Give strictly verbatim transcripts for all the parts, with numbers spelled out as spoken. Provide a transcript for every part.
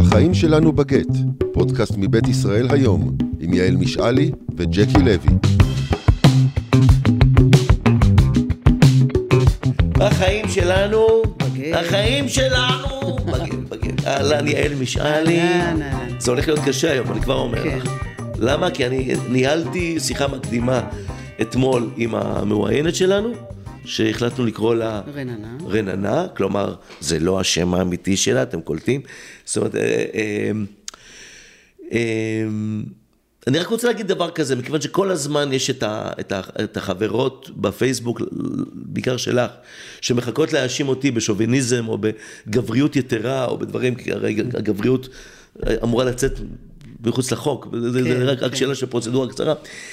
החיים שלנו בגט, פודקאסט מבית ישראל היום, עם יעל משעלי וג'קי לוי. החיים שלנו, בגט. החיים שלנו, בגט, בגט. אהלן, יעל משעלי. זה הולך להיות קשה היום, אני כבר אומר לך. למה? כי אני ניהלתי שיחה מקדימה אתמול עם המרואיינת שלנו, שהחלטנו לקרוא לה רננה. רננה, כלומר, זה לא השם האמיתי שלה, אתם קולטים? זאת אומרת, אה, אה, אה, אני רק רוצה להגיד דבר כזה, מכיוון שכל הזמן יש את, ה, את, ה, את החברות בפייסבוק, בעיקר שלך, שמחכות להאשים אותי בשוביניזם, או בגבריות יתרה, או בדברים, כי הרי הגבריות אמורה לצאת מחוץ לחוק, כן, זה, זה רק, כן. רק שאלה של פרוצדורה קצרה.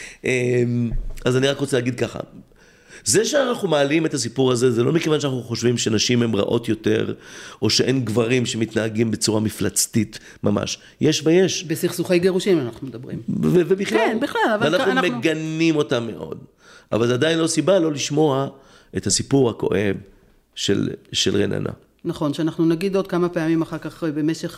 אז אני רק רוצה להגיד ככה, זה שאנחנו מעלים את הסיפור הזה, זה לא מכיוון שאנחנו חושבים שנשים הן רעות יותר, או שאין גברים שמתנהגים בצורה מפלצתית ממש. יש ויש. בסכסוכי גירושים אנחנו מדברים. ו- ובכלל. כן, בכלל. אבל ואנחנו אנחנו... מגנים אותם מאוד. אבל זה עדיין לא סיבה לא לשמוע את הסיפור הכואב של, של רננה. נכון, שאנחנו נגיד עוד כמה פעמים אחר כך במשך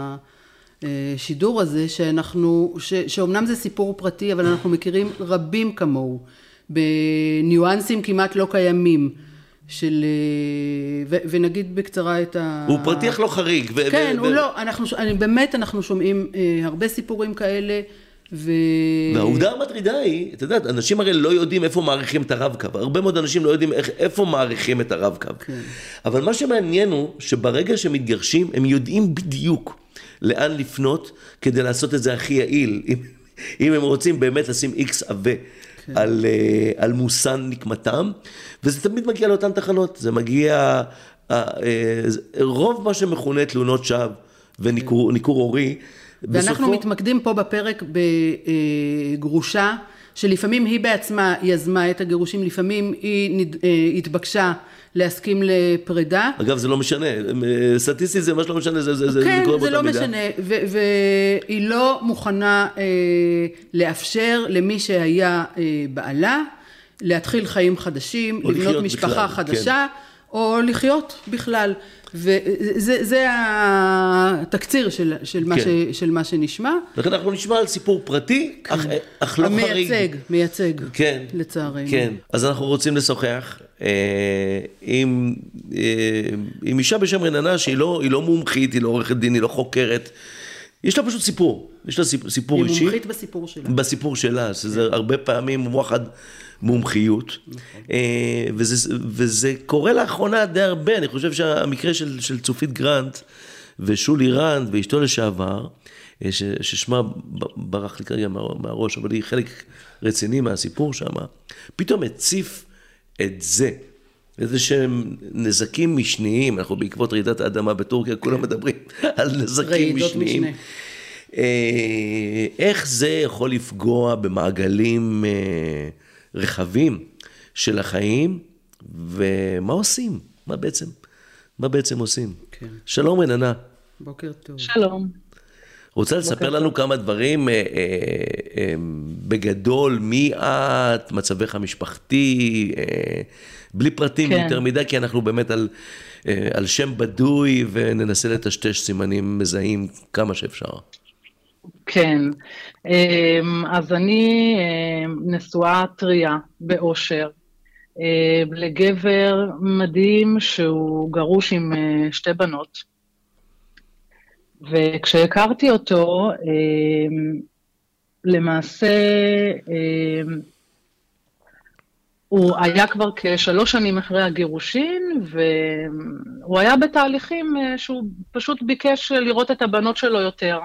השידור הזה, שאנחנו, ש- שאומנם זה סיפור פרטי, אבל אנחנו מכירים רבים כמוהו. בניואנסים כמעט לא קיימים של, ו, ונגיד בקצרה את ה... הוא פרטיח לא חריג. ו- כן, ו- הוא ו- לא, אנחנו, אני, באמת אנחנו שומעים אה, הרבה סיפורים כאלה, ו... והעובדה המטרידה היא, אתה יודעת, אנשים הרי לא יודעים איפה מעריכים את הרב-קו, הרבה מאוד אנשים לא יודעים איך, איפה מעריכים את הרב-קו. כן. אבל מה שמעניין הוא, שברגע שמתגרשים, הם יודעים בדיוק לאן לפנות, כדי לעשות את זה הכי יעיל, אם, אם הם רוצים באמת לשים איקס עווה. כן. על, על מוסן נקמתם, וזה תמיד מגיע לאותן תחנות, זה מגיע, רוב מה שמכונה תלונות שווא וניכור כן. הורי, ואנחנו בסופו... מתמקדים פה בפרק בגרושה, שלפעמים היא בעצמה יזמה את הגירושים, לפעמים היא התבקשה להסכים לפרידה. אגב, זה לא משנה, סטטיסטית זה מה שלא משנה, זה, זה, כן, זה, זה לא משנה, ו- והיא לא מוכנה אה, לאפשר למי שהיה אה, בעלה, להתחיל חיים חדשים, לבנות משפחה בכלל, חדשה, כן. או לחיות בכלל. וזה זה התקציר של, של, מה כן. ש, של מה שנשמע. לכן אנחנו נשמע על סיפור פרטי, כן. אך, אך לא המייצג, חריג. מייצג, מייצג, כן. לצערנו. כן, אז אנחנו רוצים לשוחח אה, עם, אה, עם אישה בשם רננה, שהיא לא, היא לא מומחית, היא לא עורכת דין, היא לא חוקרת. יש לה פשוט סיפור, יש לה סיפור היא אישי. היא מומחית בסיפור שלה. בסיפור שלה, שזה הרבה פעמים מוחד מומחיות, וזה, וזה קורה לאחרונה די הרבה. אני חושב שהמקרה של, של צופית גרנט ושולי רנד ואשתו לשעבר, ש, ששמה ברח לי כרגע מהראש, אבל היא חלק רציני מהסיפור שם, פתאום הציף את זה, איזה שהם נזקים משניים. אנחנו בעקבות רעידת האדמה בטורקיה, כולם מדברים על נזקים משניים. איך זה יכול לפגוע במעגלים רחבים של החיים, ומה עושים? מה בעצם? מה בעצם עושים? כן. שלום רננה. בוקר טוב. שלום. רוצה לספר לנו טוב. כמה דברים אה, אה, אה, בגדול, מי את, מצבך המשפחתי, אה, בלי פרטים כן. יותר מדי, כי אנחנו באמת על, אה, על שם בדוי, וננסה לטשטש סימנים מזהים כמה שאפשר. כן, אז אני נשואה טריה באושר, לגבר מדהים שהוא גרוש עם שתי בנות, וכשהכרתי אותו, למעשה הוא היה כבר כשלוש שנים אחרי הגירושין, והוא היה בתהליכים שהוא פשוט ביקש לראות את הבנות שלו יותר.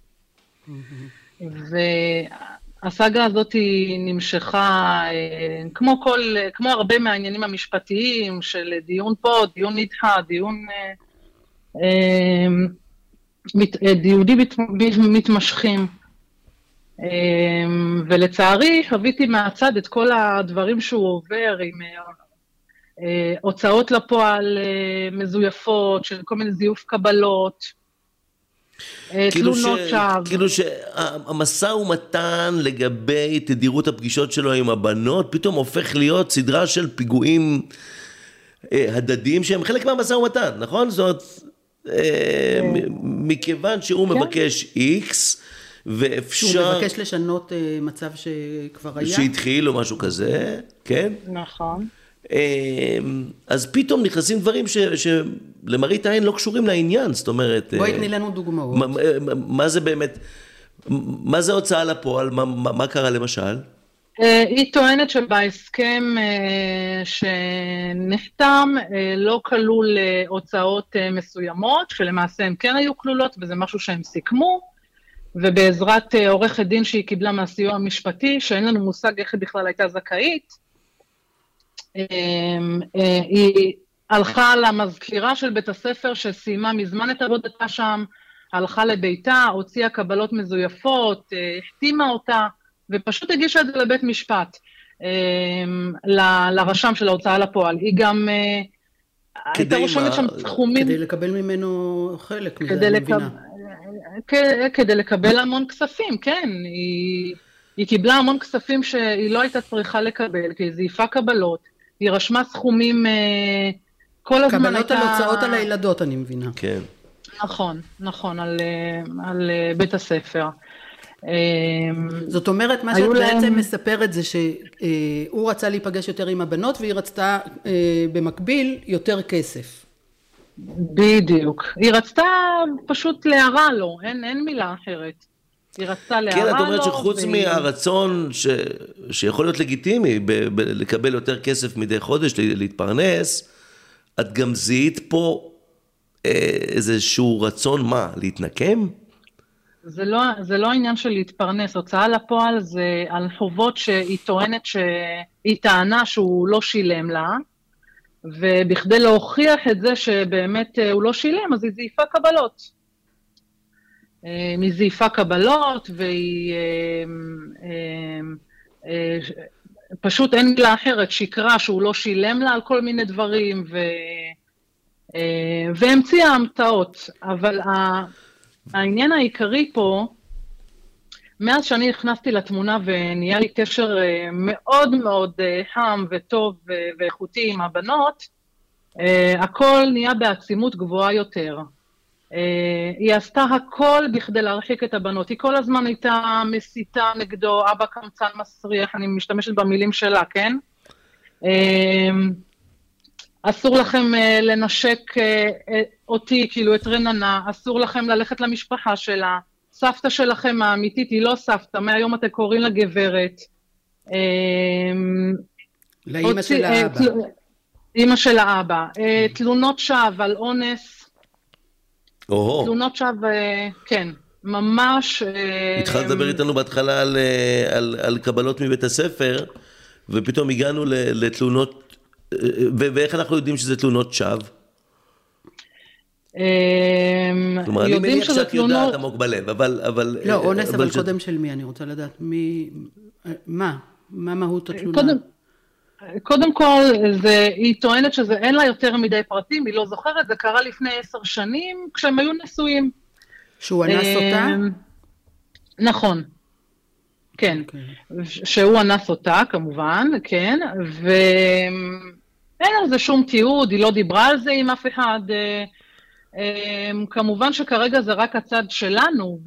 והסאגה הזאת היא נמשכה כמו כל, כמו הרבה מהעניינים המשפטיים של דיון פה, דיון נדחה, דיון דיוני מתמשכים. ולצערי חוויתי מהצד את כל הדברים שהוא עובר עם הוצאות לפועל מזויפות, של כל מיני זיוף קבלות, תלונות שווא. כאילו שהמשא ומתן לגבי תדירות הפגישות שלו עם הבנות, פתאום הופך להיות סדרה של פיגועים הדדיים שהם חלק מהמשא ומתן, נכון? זאת מכיוון שהוא מבקש X, ואפשר... הוא מבקש לשנות מצב שכבר היה. שהתחיל או משהו כזה, כן? נכון. אז פתאום נכנסים דברים שלמראית עין לא קשורים לעניין, זאת אומרת... בואי תני לנו דוגמאות. מה זה באמת, מה זה הוצאה לפועל, מה קרה למשל? היא טוענת שבהסכם שנחתם לא כלול הוצאות מסוימות, שלמעשה הן כן היו כלולות, וזה משהו שהם סיכמו, ובעזרת עורכת דין שהיא קיבלה מהסיוע המשפטי, שאין לנו מושג איך היא בכלל הייתה זכאית, היא הלכה למזכירה של בית הספר שסיימה מזמן את עבודתה שם, הלכה לביתה, הוציאה קבלות מזויפות, החתימה אותה, ופשוט הגישה את זה לבית משפט, לרשם של ההוצאה לפועל. היא גם הייתה רושמת שם סכומים... כדי לקבל ממנו חלק, מזה אני מבינה. כדי לקבל המון כספים, כן. היא קיבלה המון כספים שהיא לא הייתה צריכה לקבל, כי היא זייפה קבלות, היא רשמה סכומים כל הזמן הייתה... קבלות על הוצאות על הילדות, אני מבינה. כן. נכון, נכון, על, על בית הספר. זאת אומרת, מה שאת בעצם מספר את זה שהוא רצה להיפגש יותר עם הבנות, והיא רצתה במקביל יותר כסף. בדיוק. היא רצתה פשוט להרע לו, אין, אין מילה אחרת. היא רצתה להרע לו. כן, את אומרת שחוץ מהרצון ש... שיכול להיות לגיטימי ב... ב... לקבל יותר כסף מדי חודש, להתפרנס, את גם זיהית פה איזשהו רצון מה? להתנקם? זה לא, זה לא העניין של להתפרנס, הוצאה לפועל זה על חובות שהיא טוענת שהיא טענה שהוא לא שילם לה, ובכדי להוכיח את זה שבאמת הוא לא שילם, אז היא זייפה קבלות. היא זייפה קבלות, והיא פשוט אין מילה אחרת, שיקרה שהוא לא שילם לה על כל מיני דברים, ו... והמציאה המתאות, אבל העניין העיקרי פה, מאז שאני נכנסתי לתמונה ונהיה לי קשר מאוד מאוד חם וטוב ואיכותי עם הבנות, הכל נהיה בעצימות גבוהה יותר. היא עשתה הכל בכדי להרחיק את הבנות, היא כל הזמן הייתה מסיתה נגדו, אבא קמצן מסריח, אני משתמשת במילים שלה, כן? אסור לכם לנשק אותי, כאילו את רננה, אסור לכם ללכת למשפחה שלה, סבתא שלכם האמיתית היא לא סבתא, מהיום אתם קוראים לה גברת. לאמא של האבא. אמא של האבא. תלונות שווא על אונס. תלונות שווא, כן, ממש... התחלת לדבר איתנו בהתחלה על, על, על קבלות מבית הספר, ופתאום הגענו לתלונות, ואיך אנחנו יודעים שזה תלונות שווא? כלומר, אני מניח שאת יודעת עמוק בלב, אבל... לא, אונס, אבל קודם של מי? אני רוצה לדעת מי... מה? מה מהות התלונה? קודם כל, היא טוענת שזה אין לה יותר מדי פרטים, היא לא זוכרת, זה קרה לפני עשר שנים, כשהם היו נשואים. שהוא אנס אותה? נכון. כן. שהוא אנס אותה, כמובן, כן, ואין על זה שום תיעוד, היא לא דיברה על זה עם אף אחד, כמובן שכרגע זה רק הצד שלנו,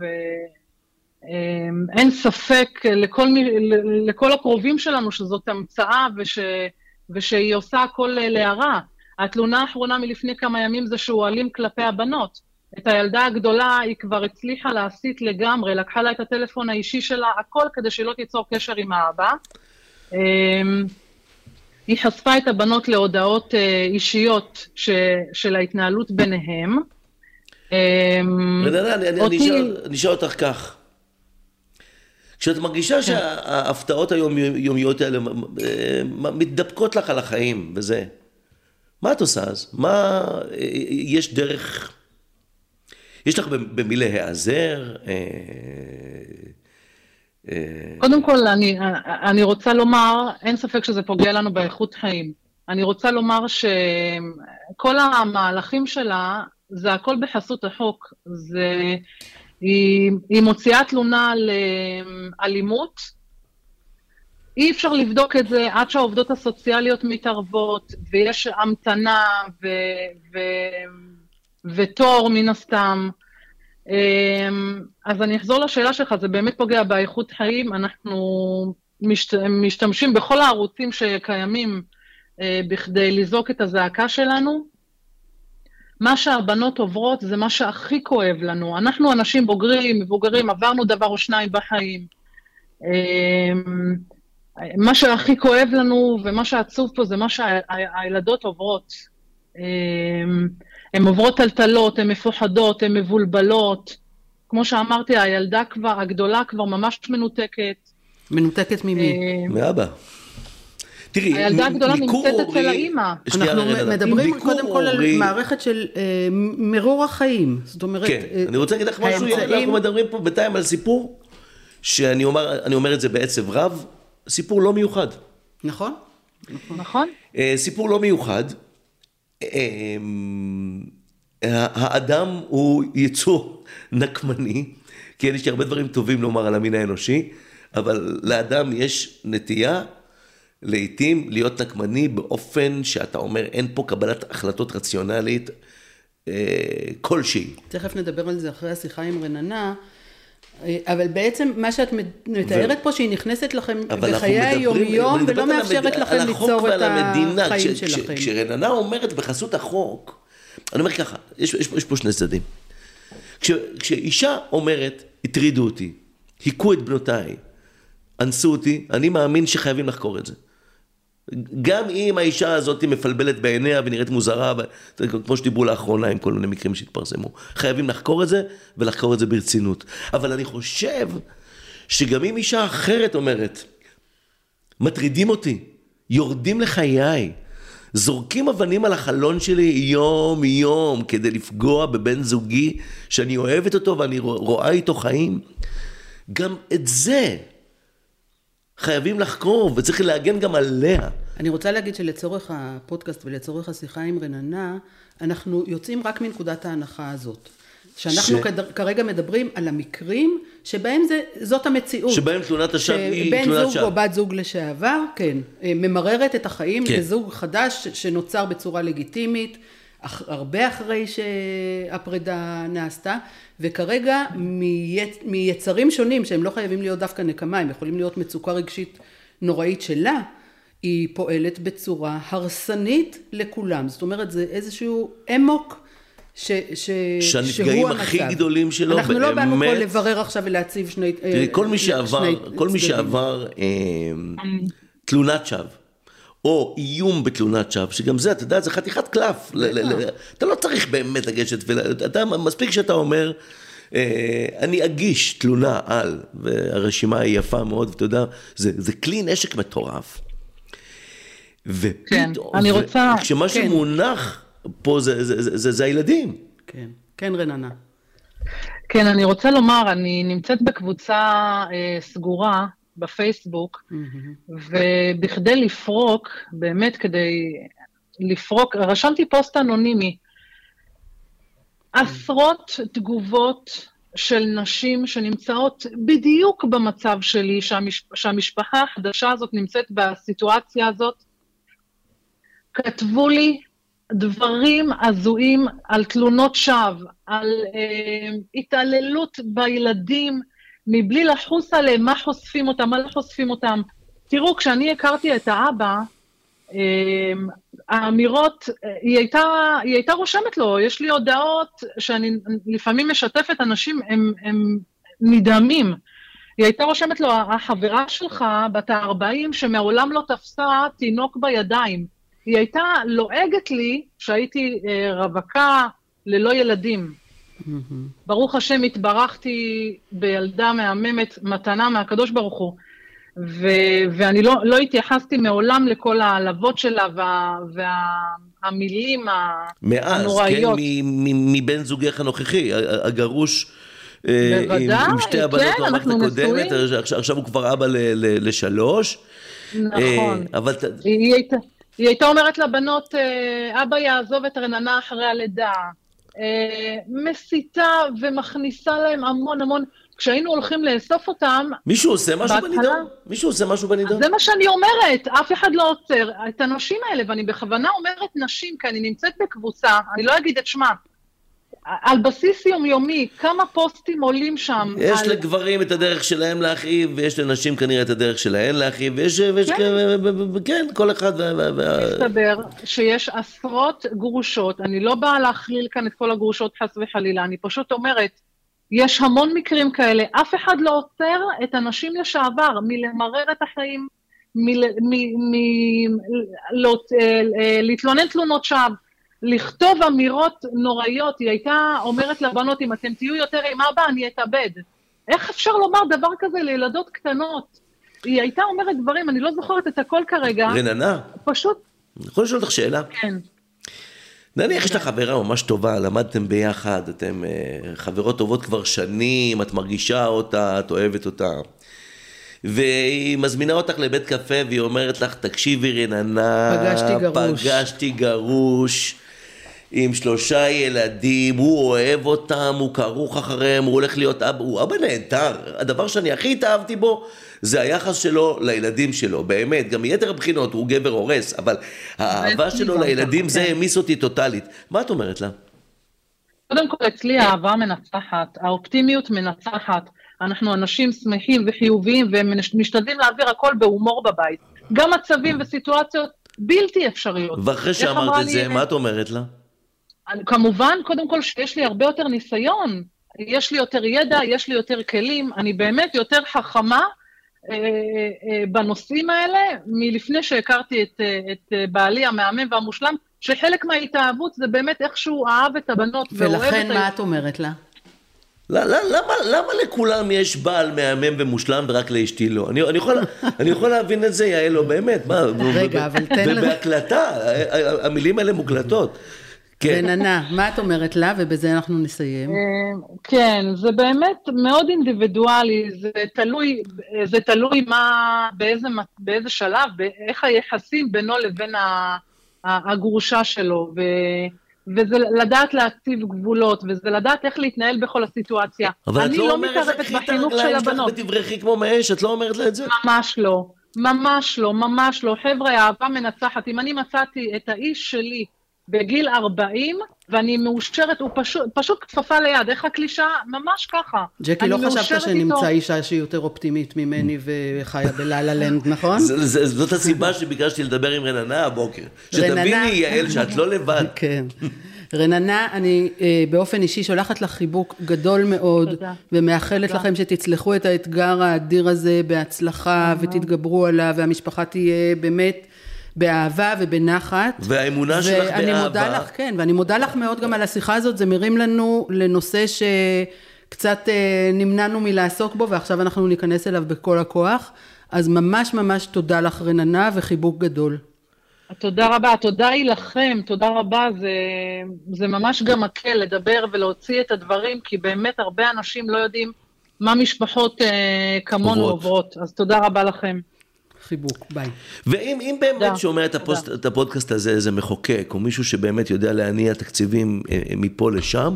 ואין ספק לכל, לכל הקרובים שלנו שזאת המצאה וש, ושהיא עושה הכל להרע. התלונה האחרונה מלפני כמה ימים זה שהוא אלים כלפי הבנות. את הילדה הגדולה היא כבר הצליחה להסית לגמרי, לקחה לה את הטלפון האישי שלה, הכל כדי שלא תיצור קשר עם האבא. היא חשפה את הבנות להודעות אישיות של ההתנהלות ביניהם. רננה, אני אשאל אותך כך. כשאת מרגישה שההפתעות היומיומיות האלה מתדפקות לך על החיים וזה, מה את עושה אז? מה, יש דרך, יש לך במי להיעזר? קודם כל, אני, אני רוצה לומר, אין ספק שזה פוגע לנו באיכות חיים. אני רוצה לומר שכל המהלכים שלה, זה הכל בחסות החוק. זה, היא, היא מוציאה תלונה על אלימות, אי אפשר לבדוק את זה עד שהעובדות הסוציאליות מתערבות, ויש המתנה, ו, ו, ותור מן הסתם. אז אני אחזור לשאלה שלך, זה באמת פוגע באיכות חיים, אנחנו משתמשים בכל הערוצים שקיימים בכדי לזעוק את הזעקה שלנו. מה שהבנות עוברות זה מה שהכי כואב לנו. אנחנו אנשים בוגרים, מבוגרים, עברנו דבר או שניים בחיים. מה שהכי כואב לנו ומה שעצוב פה זה מה שהילדות עוברות. הן עוברות טלטלות, הן מפוחדות, הן מבולבלות. כמו שאמרתי, הילדה כבר, הגדולה כבר ממש מנותקת. מנותקת ממי? מאבא. תראי, הילדה הגדולה נמצאת אצל האמא. אנחנו מדברים קודם כל על מערכת של מרור החיים. זאת אומרת, כן, אני רוצה להגיד לך משהו, אנחנו מדברים פה בינתיים על סיפור, שאני אומר את זה בעצב רב, סיפור לא מיוחד. נכון? נכון. סיפור לא מיוחד. האדם הוא יצור נקמני, כי יש לי הרבה דברים טובים לומר על המין האנושי, אבל לאדם יש נטייה לעתים להיות נקמני באופן שאתה אומר אין פה קבלת החלטות רציונלית כלשהי. תכף נדבר על זה אחרי השיחה עם רננה, אבל בעצם מה שאת מתארת פה שהיא נכנסת לכם בחיי היום-יום ולא מאפשרת לכם ליצור את החיים שלכם. כשרננה אומרת בחסות החוק, אני אומר ככה, יש, יש, יש פה שני צדדים. כש, כשאישה אומרת, הטרידו אותי, היכו את בנותיי, אנסו אותי, אני מאמין שחייבים לחקור את זה. גם אם האישה הזאת מפלבלת בעיניה ונראית מוזרה, כמו שדיברו לאחרונה עם כל מיני מקרים שהתפרסמו, חייבים לחקור את זה ולחקור את זה ברצינות. אבל אני חושב שגם אם אישה אחרת אומרת, מטרידים אותי, יורדים לחיי, זורקים אבנים על החלון שלי יום יום כדי לפגוע בבן זוגי שאני אוהבת אותו ואני רואה איתו חיים, גם את זה חייבים לחקור וצריך להגן גם עליה. אני רוצה להגיד שלצורך הפודקאסט ולצורך השיחה עם רננה, אנחנו יוצאים רק מנקודת ההנחה הזאת. שאנחנו ש... כרגע מדברים על המקרים שבהם זה, זאת המציאות. שבהם תלונת השווא היא תלונת שווא. בן זוג או בת זוג לשעבר, כן, ממררת את החיים כן. לזוג חדש שנוצר בצורה לגיטימית, הרבה אחרי שהפרידה נעשתה, וכרגע מיצרים שונים שהם לא חייבים להיות דווקא נקמה, הם יכולים להיות מצוקה רגשית נוראית שלה, היא פועלת בצורה הרסנית לכולם. זאת אומרת, זה איזשהו אמוק ש, ש, שהנפגעים הכי גדולים שלו אנחנו באמת, לא באנו פה לברר עכשיו ולהציב שני... תראי, כל מי שעבר, שני כל מי שעבר אה, תלונת שווא, או איום בתלונת שווא, שגם זה, אתה יודע, זה חתיכת קלף. ל- ל- ל- אתה לא צריך באמת לגשת, אתה מספיק שאתה אומר, אה, אני אגיש תלונה על, והרשימה היא יפה מאוד, ואתה יודע, זה, זה כלי נשק מטורף. כן, אני רוצה... כשמשהו מונח פה, זה, זה, זה, זה, זה הילדים. כן, כן רננה. כן, אני רוצה לומר, אני נמצאת בקבוצה אה, סגורה, בפייסבוק, mm-hmm. ובכדי לפרוק, באמת כדי לפרוק, רשמתי פוסט אנונימי, עשרות תגובות של נשים שנמצאות בדיוק במצב שלי, שהמש, שהמשפחה החדשה הזאת נמצאת בסיטואציה הזאת, כתבו לי דברים הזויים על תלונות שווא, על אה, התעללות בילדים, מבלי לחוס עליהם, מה חושפים אותם, מה לא חושפים אותם. תראו, כשאני הכרתי את האבא, האמירות, היא הייתה, היא הייתה רושמת לו, יש לי הודעות שאני לפעמים משתפת אנשים, הם, הם נדהמים. היא הייתה רושמת לו, החברה שלך בת ה-ארבעים שמעולם לא תפסה תינוק בידיים. היא הייתה לועגת לי שהייתי רווקה ללא ילדים. ברוך השם התברכתי בילדה מהממת, מתנה מהקדוש ברוך הוא, ו- ואני לא, לא התייחסתי מעולם לכל העלבות שלה וה- והמילים הנוראיות. מאז, כן, מבן זוגך הנוכחי, הגרוש עם, עם שתי הבנות כן, המערכת הקודמת, עכשיו, עכשיו הוא כבר אבא ל- ל- לשלוש. נכון. אבל... היא, הייתה, היא הייתה אומרת לבנות, אבא יעזוב את רננה אחרי הלידה. מסיתה ומכניסה להם המון המון, כשהיינו הולכים לאסוף אותם... מישהו עושה משהו בנידון? מישהו עושה משהו בנידון? זה מה שאני אומרת, אף אחד לא עוצר את הנשים האלה, ואני בכוונה אומרת נשים, כי אני נמצאת בקבוצה, אני לא אגיד את שמה, על בסיס יומיומי, כמה פוסטים עולים שם. יש על... לגברים את הדרך שלהם להכאיב, ויש לנשים כנראה את הדרך שלהם להכאיב, ויש, ויש כן. כ... כן, כל אחד. מסתבר שיש עשרות גרושות, אני לא באה להכליל כאן את כל הגרושות חס וחלילה, אני פשוט אומרת, יש המון מקרים כאלה, אף אחד לא עוצר את הנשים לשעבר, מלמרר את החיים, מלהתלונן תלונות שווא, לכתוב אמירות נוראיות. היא הייתה אומרת לבנות, אם אתם תהיו יותר עם אבא, אני אתאבד. איך אפשר לומר דבר כזה לילדות קטנות? היא הייתה אומרת דברים, אני לא זוכרת את הכל כרגע. רננה, פשוט... אני יכול לשאול אותך שאלה? כן. נניח יש לך חברה ממש טובה, למדתם ביחד, אתם חברות טובות כבר שנים, את מרגישה אותה, את אוהבת אותה. והיא מזמינה אותך לבית קפה, והיא אומרת לך, תקשיבי רננה, פגשתי גרוש. פגשתי גרוש, עם שלושה ילדים, הוא אוהב אותם, הוא כרוך אחריהם, הוא הולך להיות אבא, הוא אבא נהדר. הדבר שאני הכי התאהבתי בו, זה היחס שלו לילדים שלו, באמת, גם מיתר הבחינות, הוא גבר הורס, אבל האהבה שלו לילדים זה העמיס אותי טוטלית. מה את אומרת לה? קודם כל, אצלי האהבה מנצחת, האופטימיות מנצחת, אנחנו אנשים שמחים וחיוביים, ומשתדלים להעביר הכל בהומור בבית. גם מצבים וסיטואציות בלתי אפשריות. ואחרי שאמרת את זה, מה את אומרת לה? כמובן, קודם כל, שיש לי הרבה יותר ניסיון, יש לי יותר ידע, יש לי יותר כלים, אני באמת יותר חכמה אה, אה, בנושאים האלה, מלפני שהכרתי את, את בעלי המאמן והמושלם, שחלק מההתאהבות זה באמת איכשהו אהב את הבנות. ולכן מה את אומרת לה? למה, למה לכולם יש בעל מהמם ומושלם ורק לאשתי לא? אני, אני, יכול, אני יכול להבין את זה, יעל, לא באמת. מה, רגע, אבל תן לך... ובהקלטה, המילים האלה מוקלטות. כן. רננה, מה את אומרת לה? ובזה אנחנו נסיים. כן, זה באמת מאוד אינדיבידואלי, זה תלוי, זה תלוי מה, באיזה, באיזה שלב, איך היחסים בינו לבין הגרושה שלו, ו... וזה לדעת להציב גבולות, וזה לדעת איך להתנהל בכל הסיטואציה. אבל את לא לא אומרת לה, קחי את הרגליים שלך ותברכי כמו מאש, את לא אומרת לה את זה? ממש לא, ממש לא, ממש לא. חבר'ה, האהבה מנצחת. אם אני מצאתי את האיש שלי בגיל ארבעים, ואני מאושרת, הוא פשוט, פשוט כפפה ליד, איך הקלישה? ממש ככה. ג'קי, לא חשבת שנמצא אישה שהיא יותר אופטימית ממני וחיה בללה לנד, נכון? זאת הסיבה שביקשתי לדבר עם רננה הבוקר. שתביני, יעל, שאת לא לבד. כן. רננה, אני באופן אישי שולחת לך חיבוק גדול מאוד, ומאחלת לכם שתצלחו את האתגר האדיר הזה בהצלחה, ותתגברו עליו, והמשפחה תהיה באמת באהבה ובנחת. והאמונה שלך באהבה. ואני מודה לך, כן, ואני מודה לך מאוד גם על השיחה הזאת, זה מרים לנו לנושא שקצת נמנענו מלעסוק בו, ועכשיו אנחנו ניכנס אליו בכל הכוח, אז ממש ממש תודה לך רננה, וחיבוק גדול. תודה רבה, תודה היא לכם, תודה רבה, זה, זה ממש גם מקל לדבר ולהוציא את הדברים, כי באמת הרבה אנשים לא יודעים מה משפחות אה, כמונו עוברות, אז תודה רבה לכם. חיבוק, ביי. ואם אם באמת שומע את, הפוסט, את הפודקאסט הזה, איזה מחוקק, או מישהו שבאמת יודע להניע תקציבים אה, מפה לשם,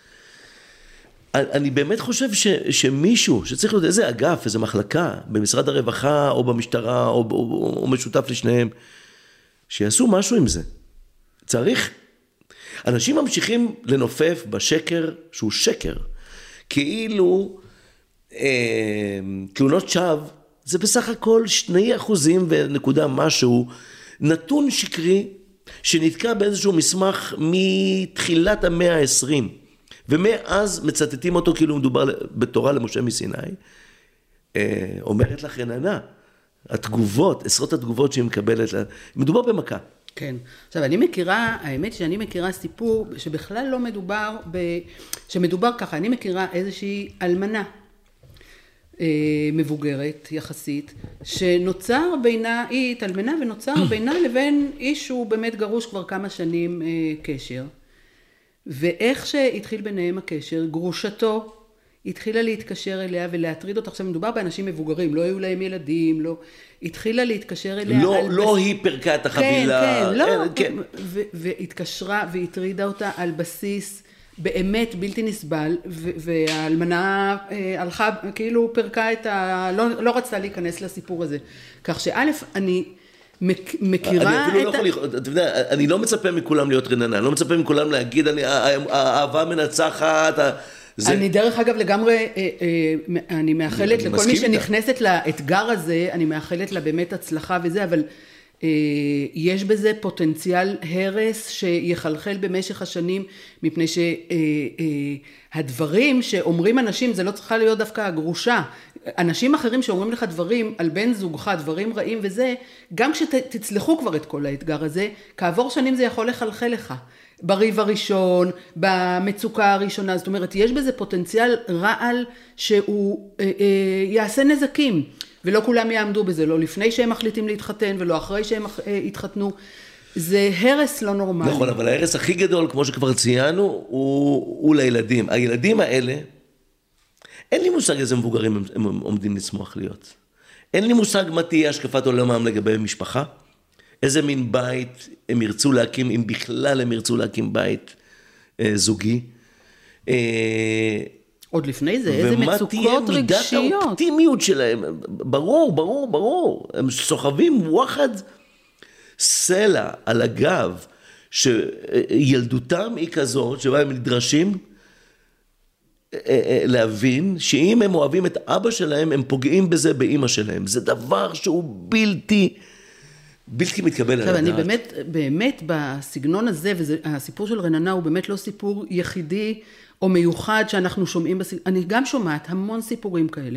אני באמת חושב ש, שמישהו, שצריך להיות איזה אגף, איזה מחלקה, במשרד הרווחה, או במשטרה, או, או, או משותף לשניהם, שיעשו משהו עם זה. צריך. אנשים ממשיכים לנופף בשקר שהוא שקר. כאילו אה, תלונות שווא, זה בסך הכל שני אחוזים ונקודה משהו, נתון שקרי שנתקע באיזשהו מסמך מתחילת המאה העשרים, ומאז מצטטים אותו כאילו מדובר בתורה למשה מסיני. אה, אומרת לך רננה, התגובות, עשרות התגובות שהיא מקבלת, מדובר במכה. כן. עכשיו, אני מכירה, האמת שאני מכירה סיפור שבכלל לא מדובר, ב, שמדובר ככה, אני מכירה איזושהי אלמנה אה, מבוגרת יחסית, שנוצר בינה, היא התאלמנה ונוצר בינה לבין איש שהוא באמת גרוש כבר כמה שנים אה, קשר. ואיך שהתחיל ביניהם הקשר, גרושתו, התחילה להתקשר אליה ולהטריד אותה. עכשיו מדובר באנשים מבוגרים, לא היו להם ילדים, לא, התחילה להתקשר אליה. לא, לא בס... היא פרקה את החבילה. כן, כן, לא, כן. ו- והתקשרה והטרידה אותה על בסיס באמת בלתי נסבל, ו- והאלמנה אה, הלכה, כאילו פרקה את ה... לא, לא רצתה להיכנס לסיפור הזה. כך שא', אני מכירה את... אני, לא אתה יודע, אני לא מצפה מכולם להיות רננה, אני לא מצפה מכולם להגיד, אני, האהבה מנצחת, זה... אני דרך אגב לגמרי, אני מאחלת אני לכל מי שנכנסת לאתגר הזה, אני מאחלת לה באמת הצלחה וזה, אבל יש בזה פוטנציאל הרס שיחלחל במשך השנים, מפני שהדברים שאומרים אנשים, זה לא צריכה להיות דווקא הגרושה, אנשים אחרים שאומרים לך דברים על בן זוגך, דברים רעים וזה, גם כשתצלחו כבר את כל האתגר הזה, כעבור שנים זה יכול לחלחל לך. בריב הראשון, במצוקה הראשונה, זאת אומרת, יש בזה פוטנציאל רעל שהוא אה, אה, יעשה נזקים, ולא כולם יעמדו בזה, לא לפני שהם מחליטים להתחתן, ולא אחרי שהם אה, התחתנו, זה הרס לא נורמלי. נכון, אבל ההרס הכי גדול, כמו שכבר ציינו, הוא, הוא לילדים. הילדים האלה, אין לי מושג איזה מבוגרים הם, הם עומדים לצמוח להיות. אין לי מושג מה תהיה השקפת עולמם לגבי משפחה, איזה מין בית הם ירצו להקים, אם בכלל הם ירצו להקים בית אה, זוגי. אה, עוד לפני זה, איזה מצוקות רגשיות. ומה תהיה מידת האופטימיות שלהם, ברור, ברור, ברור. הם סוחבים ווחד סלע על הגב, שילדותם היא כזאת, שבה הם נדרשים להבין, שאם הם אוהבים את אבא שלהם, הם פוגעים בזה באמא שלהם. זה דבר שהוא בלתי... בלתי מתקבל על הדעת. אני באמת, באמת בסגנון הזה, והסיפור של רננה הוא באמת לא סיפור יחידי או מיוחד שאנחנו שומעים, אני גם שומעת המון סיפורים כאלה,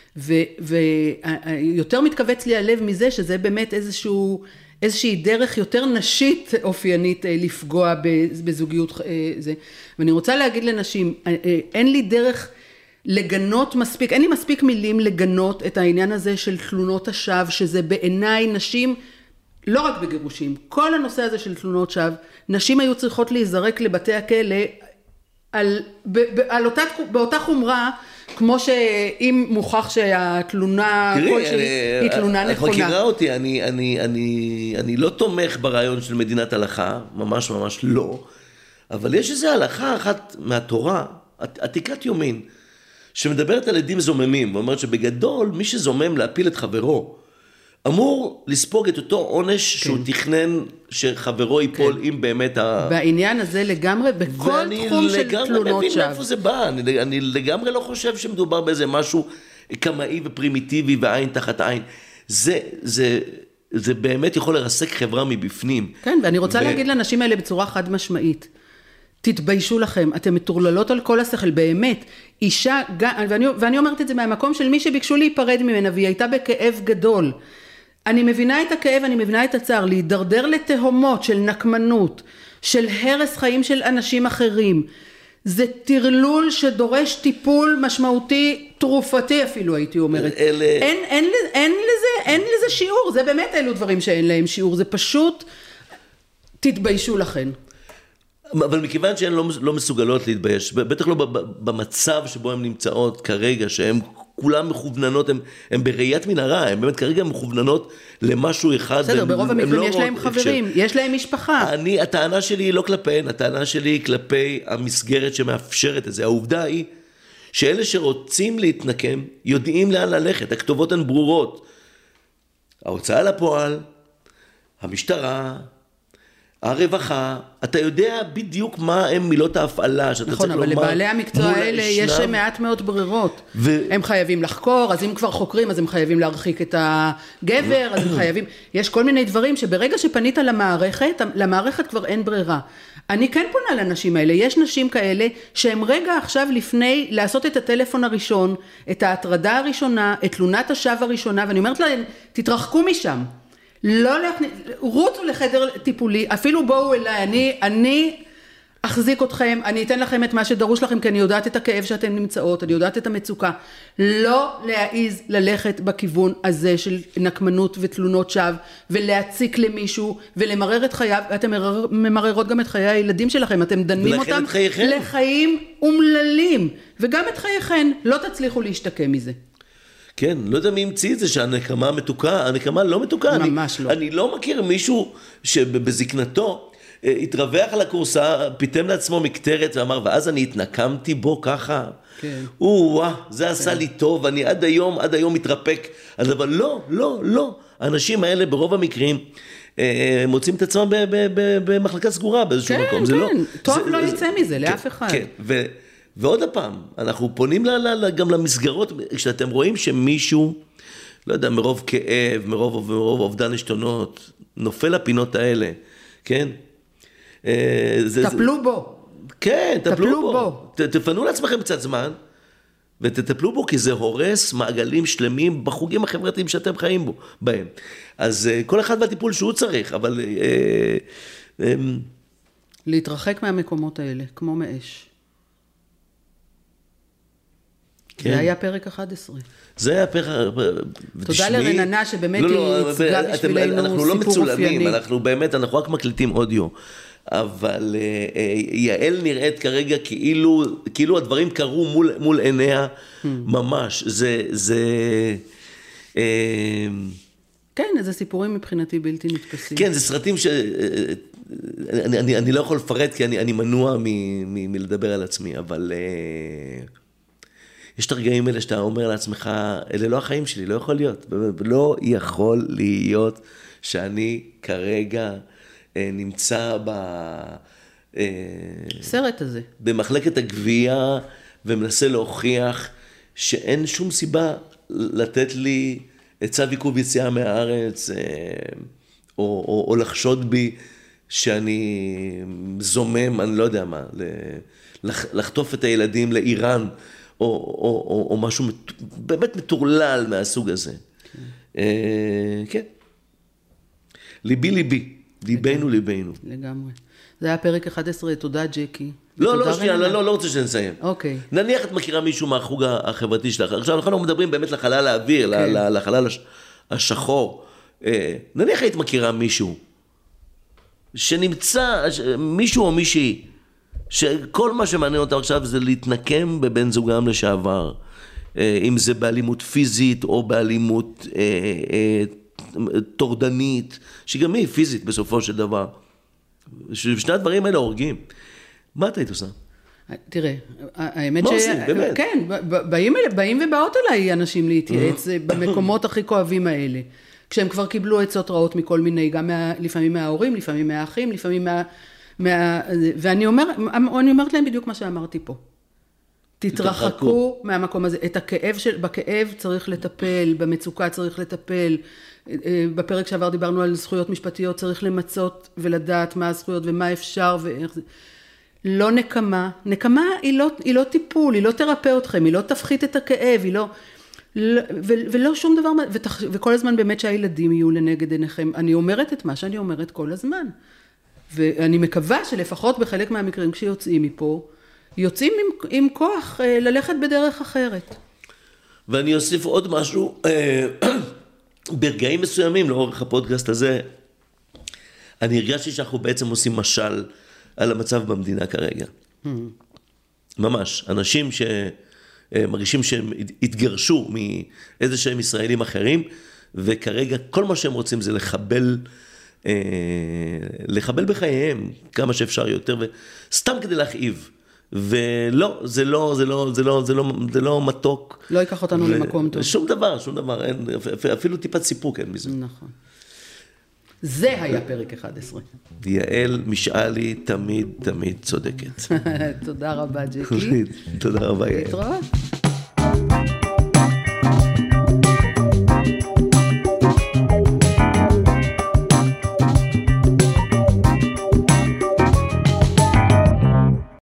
ויותר מתכווץ לי הלב מזה שזה באמת איזשהו, איזושהי דרך יותר נשית אופיינית לפגוע בזוגיות זה. ואני רוצה להגיד לנשים, אין לי דרך לגנות מספיק, אין לי מספיק מילים לגנות את העניין הזה של תלונות השווא, שזה בעיניי נשים, לא רק בגירושים, כל הנושא הזה של תלונות שווא, נשים היו צריכות להיזרק לבתי הכלא על, ב, ב, על אותה, באותה חומרה, כמו שאם מוכח שהתלונה כלשהי היא תלונה נכונה. את מכירה אותי, אני, אני, אני, אני לא תומך ברעיון של מדינת הלכה, ממש ממש לא, אבל יש איזו הלכה אחת מהתורה, עתיקת יומין, שמדברת על עדים זוממים, ואומרת שבגדול מי שזומם להפיל את חברו, אמור לספוג את אותו עונש כן. שהוא תכנן שחברו ייפול כן. אם באמת ה... בעניין הזה לגמרי, בכל תחום של תלונות שווא. ואני לגמרי מבין מאיפה זה בא, אני, אני לגמרי לא חושב שמדובר באיזה משהו קמאי ופרימיטיבי ועין תחת עין. זה, זה, זה באמת יכול לרסק חברה מבפנים. כן, ואני רוצה ו... להגיד לאנשים האלה בצורה חד משמעית, תתביישו לכם, אתם מטורללות על כל השכל, באמת, אישה, ואני, ואני אומרת את זה מהמקום של מי שביקשו להיפרד ממנה, והיא הייתה בכאב גדול. אני מבינה את הכאב, אני מבינה את הצער, להידרדר לתהומות של נקמנות, של הרס חיים של אנשים אחרים. זה תרלול שדורש טיפול משמעותי, תרופתי אפילו הייתי אומרת. אלה... אין, אין, אין לזה, אין לזה שיעור, זה באמת אלו דברים שאין להם שיעור, זה פשוט, תתביישו לכם. אבל מכיוון שהן לא, לא מסוגלות להתבייש, בטח לא במצב שבו הן נמצאות כרגע, שהן כולן מכווננות, הן בראיית מנהרה, הן באמת כרגע מכווננות למשהו אחד. בסדר, ברוב המקרים לא יש להם חברים, אפשר. יש להם משפחה. אני, הטענה שלי היא לא כלפיהן, הטענה שלי היא כלפי המסגרת שמאפשרת את זה. העובדה היא שאלה שרוצים להתנקם, יודעים לאן ללכת, הכתובות הן ברורות. ההוצאה לפועל, המשטרה, הרווחה, אתה יודע בדיוק מה הם מילות ההפעלה, שאתה נכון, צריך אבל לומר. לבעלי המקצוע האלה יש מעט מאוד ברירות. ו... הם חייבים לחקור, אז אם כבר חוקרים, אז הם חייבים להרחיק את הגבר, אז הם חייבים, יש כל מיני דברים שברגע שפנית למערכת, למערכת כבר אין ברירה. אני כן פונה לנשים האלה, יש נשים כאלה שהם רגע עכשיו לפני לעשות את הטלפון הראשון, את ההטרדה הראשונה, את תלונת השווא הראשונה, ואני אומרת להם, תתרחקו משם. לא להכניס, רוצו לחדר טיפולי, אפילו בואו אליי, אני, אני אחזיק אתכם, אני אתן לכם את מה שדרוש לכם, כי אני יודעת את הכאב שאתם נמצאות, אני יודעת את המצוקה. לא להעיז ללכת בכיוון הזה של נקמנות ותלונות שווא, ולהציק למישהו, ולמרר את חייו, ואתם ממררות גם את חיי הילדים שלכם, אתם דנים אותם לחיים אומללים, וגם את חייכן, לא תצליחו להשתקם מזה. כן, לא יודע מי המציא את זה שהנקמה מתוקה, הנקמה לא מתוקה. ממש אני, לא. אני לא מכיר מישהו שבזקנתו התרווח על הקורסה, פיתם לעצמו מקטרת ואמר, ואז אני התנקמתי בו ככה. כן. וואה, זה כן. עשה לי טוב, אני עד היום, עד היום מתרפק. אבל לא, לא, לא. האנשים האלה ברוב המקרים, מוצאים את עצמם במחלקה סגורה באיזשהו כן, מקום. כן, זה לא, טוב זה, לא זה, יצא מזה, כן, לאף אחד. כן, ו, ועוד הפעם, אנחנו פונים ל, ל, ל, גם למסגרות, כשאתם רואים שמישהו, לא יודע, מרוב כאב, מרוב, מרוב אובדן עשתונות, נופל לפינות האלה, כן? טפלו בו. כן, טפלו בו. תפנו לעצמכם קצת זמן, ותטפלו בו, כי זה הורס מעגלים שלמים בחוגים החברתיים שאתם חיים בו, בהם. אז כל אחד והטיפול שהוא צריך, אבל... להתרחק מהמקומות האלה, כמו מאש. כן. זה היה פרק אחד עשרה. זה היה פרק... תודה לרננה שבאמת היא הצגה בשבילנו סיפור אופייני. אנחנו לא מצולמים, אנחנו באמת, אנחנו רק מקליטים אודיו. אבל יעל נראית כרגע כאילו, כאילו הדברים קרו מול, מול עיניה ממש. זה, זה... כן, זה סיפורים מבחינתי בלתי נתפסים. כן, זה סרטים ש... אני, אני, אני לא יכול לפרט כי אני, אני מנוע מ, מ, מלדבר על עצמי, אבל... יש את הרגעים האלה שאתה אומר לעצמך, אלה לא החיים שלי, לא יכול להיות. לא יכול להיות שאני כרגע נמצא ב... סרט הזה. במחלקת הגבייה, ומנסה להוכיח שאין שום סיבה לתת לי צו עיכוב יציאה מהארץ, או, או, או לחשוד בי שאני זומם, אני לא יודע מה, לחטוף את הילדים לאיראן, או, או, או, או משהו באמת מטורלל מהסוג הזה. כן. כן. ליבי ליבי, ליבנו ליבנו. לגמרי. זה היה פרק אחד עשרה, תודה ג'קי. לא, לא, שנייה, לא, לא רוצה שנסיים. אוקיי. נניח את מכירה מישהו מהחוג החברתי שלך. עכשיו אנחנו מדברים באמת לחלל האוויר, לחלל השחור. נניח היית מכירה מישהו, שנמצא, מישהו או מישהי, שכל מה שמעניין אותה עכשיו זה להתנקם בבן זוגם לשעבר, אם זה באלימות פיזית או באלימות תורדנית, שגם היא פיזית בסופו של דבר. שני הדברים האלה הורגים. מה אתה היית עושה? תראה, האמת ש... מה עושים, באמת? כן, באים ובאות אליי אנשים להתייעץ במקומות הכי כואבים האלה. כשהם כבר קיבלו עצות רעות מכל מיני, גם לפעמים מההורים, לפעמים מהאחים, לפעמים מה... מה... ואני אומר, אני אומרת להם בדיוק מה שאמרתי פה. תתרחקו מהמקום הזה. את הכאב של... בכאב צריך לטפל, במצוקה צריך לטפל. בפרק שעבר דיברנו על זכויות משפטיות, צריך למצות ולדעת מה הזכויות ומה אפשר ואיך זה. לא נקמה. נקמה היא לא, היא לא טיפול, היא לא תרפא אתכם, היא לא תפחית את הכאב, היא לא... ולא שום דבר, וכל הזמן באמת שהילדים יהיו לנגד עיניכם. אני אומרת את מה שאני אומרת כל הזמן. ואני מקווה שלפחות בחלק מהמקרים כשיוצאים מפה, יוצאים עם, עם כוח ללכת בדרך אחרת. ואני אוסיף עוד משהו, ברגעים מסוימים לאורך הפודקאסט הזה, אני הרגשתי שאנחנו בעצם עושים משל על המצב במדינה כרגע. ממש, אנשים ש... מרגישים שהם התגרשו מאיזה שהם ישראלים אחרים, וכרגע כל מה שהם רוצים זה לחבל, לחבל בחייהם כמה שאפשר יותר, וסתם כדי להכאיב. ולא, זה לא, זה לא, זה לא, זה לא, זה לא מתוק. לא ייקח אותנו ו... למקום טוב. שום דבר, שום דבר, אין, אפילו טיפת סיפוק אין מזה. נכון. זה היה פרק אחד עשרה. יעל משאלי תמיד, תמיד צודקת. תודה רבה, ג'קי. תודה רבה, יעל. להתראות.